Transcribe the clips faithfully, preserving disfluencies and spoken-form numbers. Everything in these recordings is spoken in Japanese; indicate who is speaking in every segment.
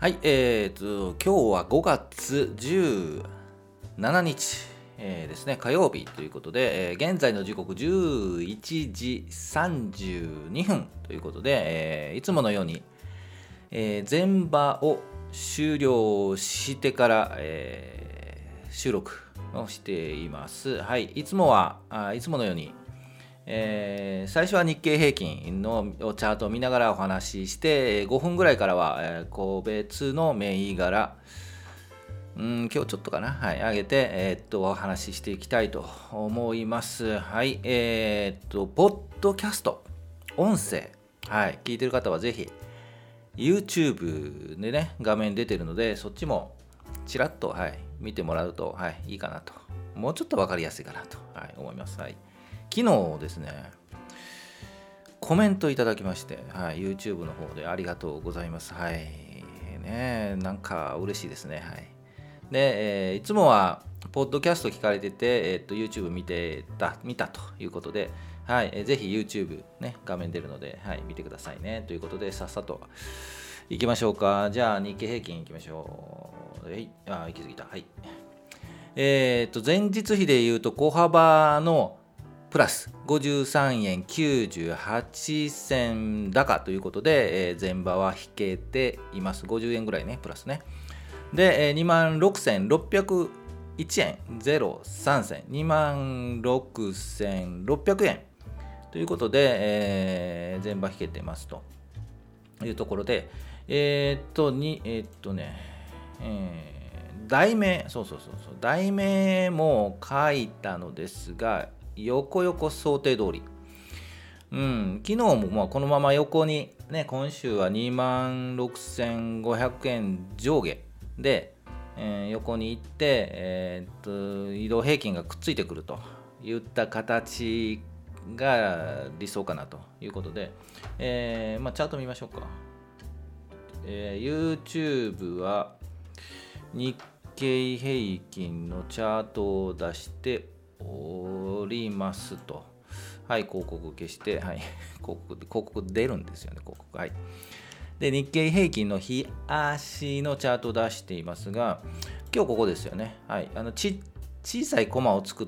Speaker 1: はい、えーと、今日はごがつじゅうしちにち、えーですね、火曜日ということで、えー現在の時刻じゅういちじさんじゅうにふんということで、えーいつものように、えー前場を終了してから、えー収録をしています。はい、いつもは、あいつものように、えー最初は日経平均のチャートを見ながらお話しして、ごふんぐらいからは、えー個別の銘柄、うん、今日ちょっとかな、はい、上げて、えーっと、お話ししていきたいと思います。はい、えーっと、ポッドキャスト、音声、はい、聞いてる方はぜひ、YouTube でね、画面出てるので、そっちもちらっと、はい、見てもらうと、はい、いいかなと。もうちょっと分かりやすいかなと、はい、思います。はい、昨日ですね、コメントいただきまして、はい、YouTube の方でありがとうございます。はい。ね、なんか嬉しいですね。はい。で、えーいつもは、ポッドキャスト聞かれてて、えーっと、YouTube 見てた、見たということで、はい、えーぜひ YouTube ね、画面出るので、はい、見てくださいね。ということで、さっさと行きましょうか。じゃあ、日経平均行きましょう。はい、あ、行き過ぎた。はい。えーっと、前日比で言うと、小幅のプラスごじゅうさんえんきゅうじゅうはちせん高ということで、えー前場は引けています。ごじゅうえんぐらいね、プラスね。で、えーにまんろくせんろっぴゃくいちえんゼロさん銭、にまんろくせんろっぴゃくえんということで、えー前場引けてますというところで、えーっと、に、えーっとね、えー題名、そうそうそうそう、題名も書いたのですが、横横想定通り。うん、昨日もまあこのまま横に、ね、今週はにまんろくせんごひゃくえん上下で、えー横に行って、えーっと移動平均がくっついてくるといった形が理想かなということで、えーまあ、チャート見ましょうか。えー YouTube は日経平均のチャートを出しておりますと。はい、広告消して、はい、広告、広告出るんですよね、広告。はい。で、日経平均の日足のチャートを出していますが、今日ここですよね。はい。あのち小さいコマを作って、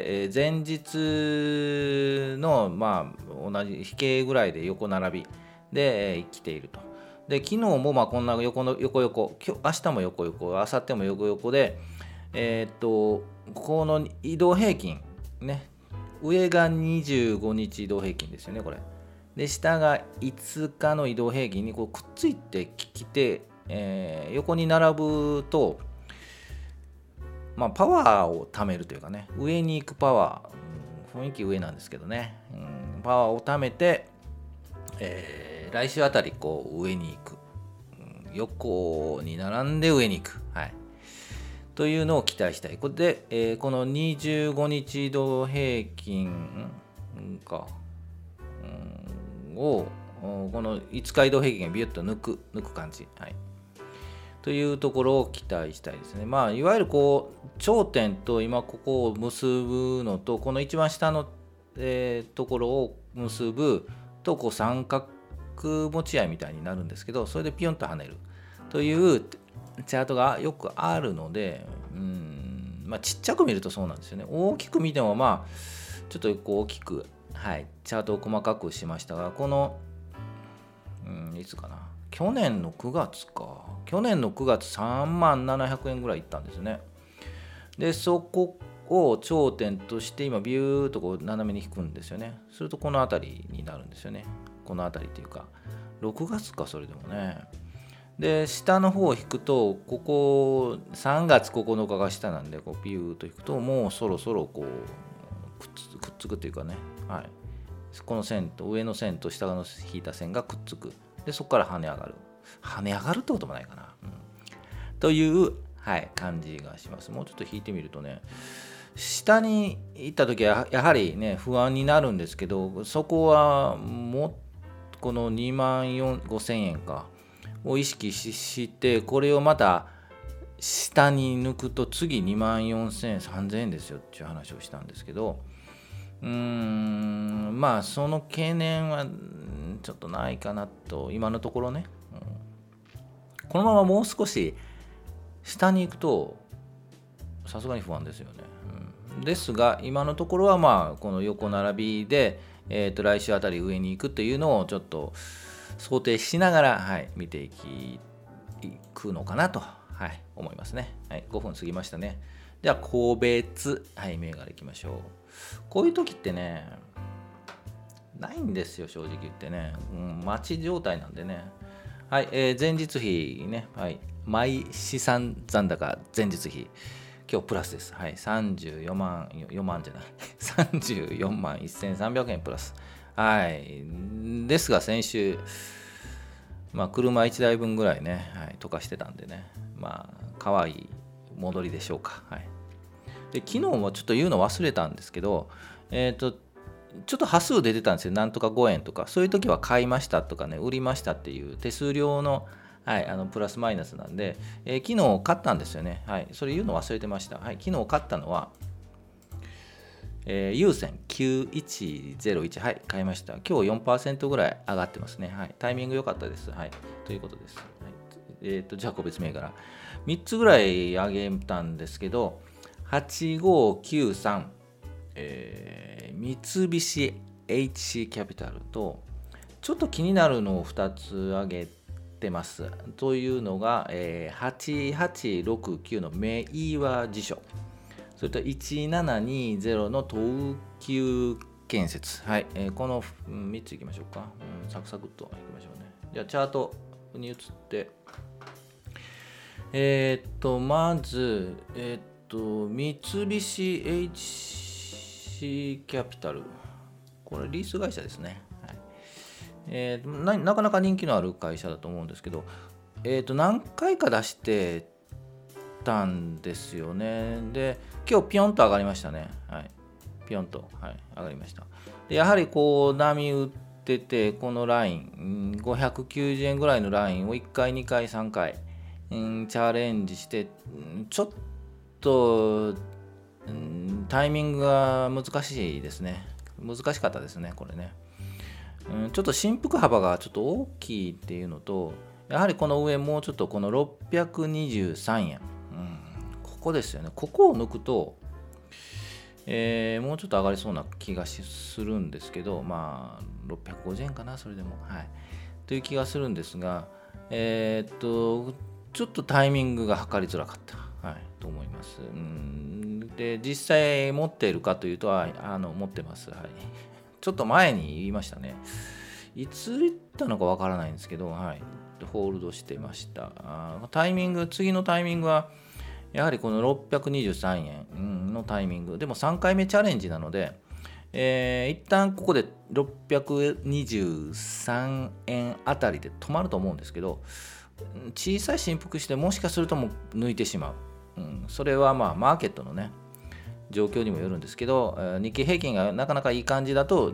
Speaker 1: えー前日の、まあ、同じ比形ぐらいで横並びで、えー来ていると。で、昨日もまあこんな横の横横、今日明日も横横、明後日も横横で、えーっと、この移動平均、ね、上がにじゅうごにち移動平均ですよね、これ。で、下がいつかの移動平均にこうくっついてきて、えー横に並ぶと、まあ、パワーを貯めるというかね、上に行くパワー、うん雰囲気上なんですけどね、うんパワーを貯めて、えー来週あたりこう上に行く、うん横に並んで上に行く、はい、というのを期待したい。これで、えーこのにじゅうごにち移動平均んか、うんをこのいつか移動平均がビュッと抜く抜く感じ、はい、というところを期待したいですね。まあいわゆるこう頂点と今ここを結ぶのとこの一番下の、えーところを結ぶとこう三角持ち合いみたいになるんですけど、それでピヨンと跳ねるというチャートがよくあるので、うんまあちっちゃく見るとそうなんですよね。大きく見てもまあちょっとこう大きく、はい、チャートを細かくしましたが、この、うん、いつかな、去年のくがつか、去年のくがつさんまんななひゃくえんぐらいいったんですね。で、そこを頂点として今ビューっとこう斜めに引くんですよね。するとこの辺りになるんですよね。この辺りっていうか、ろくがつか、それでもね。で、下の方を引くと、ここさんがつここのかが下なんで、こうビューっと引くと、もうそろそろこうくっつくっつくっていうかね、はい、この線と上の線と下の引いた線がくっつく。で、そこから跳ね上がる。跳ね上がるってこともないかな。うん、という、はい、感じがします。もうちょっと引いてみるとね、下に行った時はやはりね、不安になるんですけど、そこはもこのにまんごせんえんかを意識しして、これをまた下に抜くと次にまんよんせん、さんぜんえんですよっていう話をしたんですけど、うーんまあその懸念はちょっとないかなと今のところね、うん、 このままもう少し下に行くとさすがに不安ですよね、うん、ですが今のところはまあこの横並びで、えー、と来週あたり上に行くっていうのをちょっと想定しながら、はい、見ていきいくのかなと、はい、思いますね、はい、ごふん過ぎましたね。では個別、はい、銘柄いきましょう。こういう時ってねないんですよ正直言ってね、うん、待ち状態なんでね。はい、えー、前日比ね、はい、毎資産残高前日比今日プラスです。はい、さんじゅうよんまん、よんまんじゃない、さんじゅうよんまんせんさんびゃくえんプラス。はい、ですが先週、まあ、車いちだいぶんぐらいね、はい、溶かしてたんでね、まあ、可愛い戻りでしょうか。はい、で昨日もちょっと言うの忘れたんですけど、えっと、ちょっと端数出てたんですよ。なんとかごえんとか、そういう時は買いましたとかね、売りましたっていう手数料の、はい、あのプラスマイナスなんで、えー、昨日買ったんですよね。はい、それ言うの忘れてました。はい、昨日買ったのは、えー、有線きゅういちゼロいち、はい、買いました。今日 よんパーセント ぐらい上がってますね。はい、タイミング良かったです。はい、ということです。はい、えーと、じゃあ個別銘柄。みっつぐらい上げたんですけど、はちごきゅうさん、えー、三菱 エイチシー キャピタルと、ちょっと気になるのをふたつ挙げてます。というのが、えー、はちはちろくきゅうの明和地所、それといちななにゼロの東急建設。はい、えー、このみっついきましょうか。うん、サクサクっといきましょうね。じゃあチャートに移って、えー、っと、まず、えー、っと、三菱 エイチシー キャピタル。これリース会社ですね。はい、えー、な, なかなか人気のある会社だと思うんですけど、えー、と何回か出してたんですよね。で、今日ピヨンと上がりましたね。はい、ピヨンと、はい、上がりました。でやはりこう波打ってて、このライン、ごひゃくきゅうじゅうえんぐらいのラインをいっかい、にかい、さんかい、うん、チャレンジして、ちょっと、うん、タイミングが難しいですね。難しかったですね、これね。うん、ちょっと振幅幅がちょっと大きいっていうのと、やはりこの上もうちょっとこのろっぴゃくにじゅうさんえん、うん、ここですよね。ここを抜くと、えー、もうちょっと上がりそうな気がするんですけど、まあろっぴゃくごじゅうえんかな、それでも、はい、という気がするんですが、えー、っとちょっとタイミングが測りづらかった、はい、と思います。うん、で実際持っているかというと、あの持ってます。はい、ちょっと前に言いましたね。いつ言ったのかわからないんですけど、はい、ホールドしてました。あタイミング、次のタイミングは、やはりこのろっぴゃくにじゅうさんえんのタイミング、でもさんかいめチャレンジなので、えー、一旦ここでろっぴゃくにじゅうさんえんあたりで止まると思うんですけど、小さい振幅してもしかするともう抜いてしまう。うん、それはまあマーケットのね、状況にもよるんですけど、日経平均がなかなかいい感じだと、うん、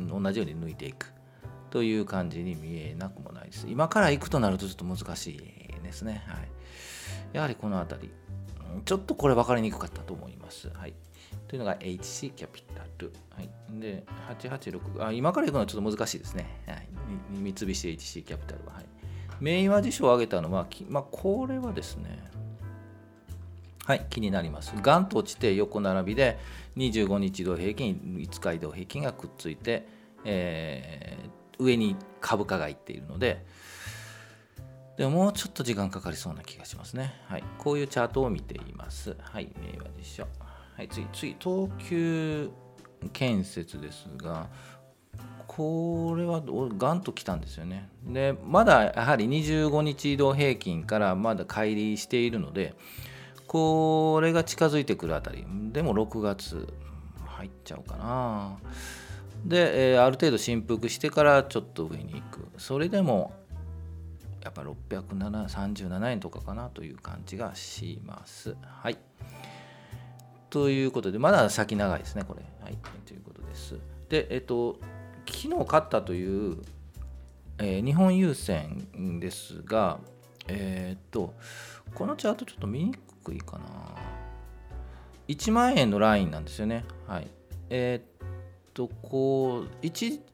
Speaker 1: 同じように抜いていくという感じに見えなくもないです。今から行くとなるとちょっと難しいですね。はい、やはりこのあたり、ちょっとこれ分かりにくかったと思います。はい、というのが エイチシー キャピタル。はい、で、はちはちろく、あ、今から行くのはちょっと難しいですね。はい、三菱 エイチシー キャピタルは。はい、明和地所を上げたのは、まあ、これはですね、はい、気になります。ガンと落ちて横並びでにじゅうごにち移動平均、いつか移動平均がくっついて、えー、上に株価がいっているので、でももうちょっと時間かかりそうな気がしますね。はい、こういうチャートを見ています。はい、明和地所。はい、次、次、東急建設ですが、これはガンと来たんですよね。で、まだやはりにじゅうごにち移動平均からまだ乖離しているので、これが近づいてくるあたり、でもろくがつ入っちゃうかな。で、えー、ある程度振幅してからちょっと上に行く。それでもやっぱろっぴゃくさんじゅうななえんとかかなという感じがします。はい。ということで、まだ先長いですね、これ。はい。ということです。で、えっと、昨日買ったという、えー、日本郵船ですが、えー、っと、このチャートちょっと見にくいかな。いちまんえんのラインなんですよね。はい。えー、っと、こう、1, 1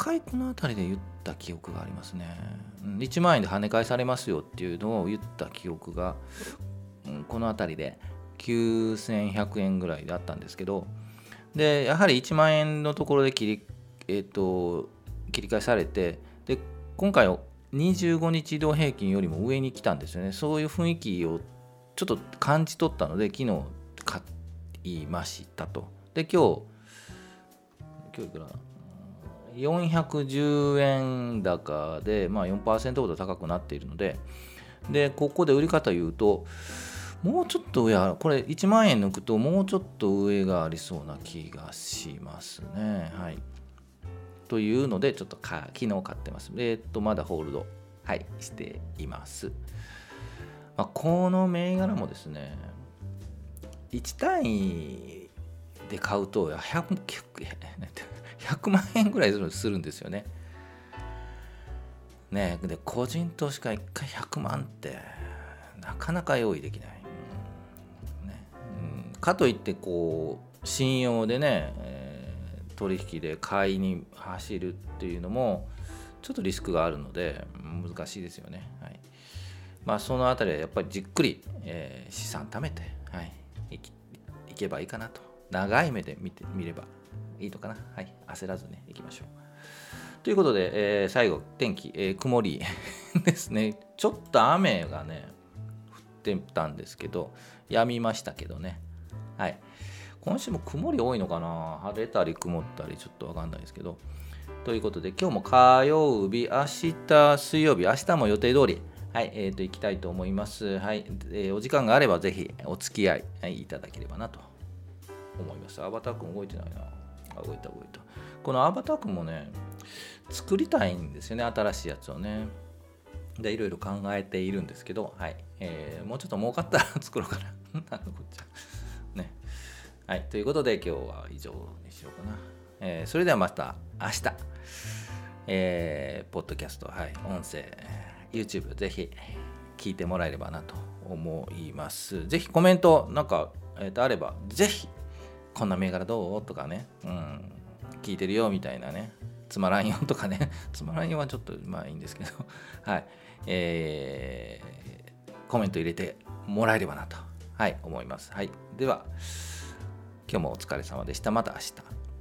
Speaker 1: 回この辺りで言った記憶がありますね。いちまん円で跳ね返されますよっていうのを言った記憶が、この辺りできゅうせんひゃくえんぐらいだったんですけど、でやはりいちまん円のところで切り、えーと、切り替えされて、で今回にじゅうごにち移動平均よりも上に来たんですよね。そういう雰囲気をちょっと感じ取ったので昨日買いましたと。で今日今日いくらよんひゃくじゅうえん高で、まあ、よんパーセント ほど高くなっているので、でここで売り方言うと、もうちょっと上、これいちまん円抜くともうちょっと上がありそうな気がしますね。はい。というので、ちょっとか昨日買ってます。えっと、まだホールド、はい、しています。まあ、この銘柄もですね、いち単位で買うとひゃく、ひゃくまん円ぐらいするんですよね。ねで、個人投資家いっかいひゃくまんってなかなか用意できない。うんねうん、かといってこう信用でね、えー、取引で買いに走るっていうのもちょっとリスクがあるので難しいですよね。はい、まあそのあたりはやっぱりじっくり、えー、資産貯めて、はい、い, きいけばいいかなと。長い目で見てみればいいのかな。はい、焦らずねいきましょう。ということで、えー、最後天気、えー、曇りですね。ちょっと雨がね降ってたんですけど止みましたけどね。はい、今週も曇り多いのかな。晴れたり曇ったりちょっと分かんないですけど。ということで今日も火曜日、明日水曜日、明日も予定通り、はい、えー、と行きたいと思います。はい、えー、お時間があればぜひお付き合い、はい、いただければなと思います。アバター君動いてないな。あ、動いた動いた。このアバター君もね、作りたいんですよね、新しいやつをね。で、いろいろ考えているんですけど、はい、えー、もうちょっと儲かったら作ろうかな。なんのこっちゃ。ね。はい、ということで今日は以上にしようかな。えー、それではまた明日、えー、ポッドキャスト、はい、音声、YouTube ぜひ聞いてもらえればなと思います。ぜひコメントなんか、えー、とあれば、ぜひこんな銘柄どうとかね、うん、聞いてるよみたいなね、つまらんよとかね、つまらんよはちょっとまあいいんですけど、はい、えー、コメント入れてもらえればなと、はい、思います。はい、では今日もお疲れ様でした。また明日。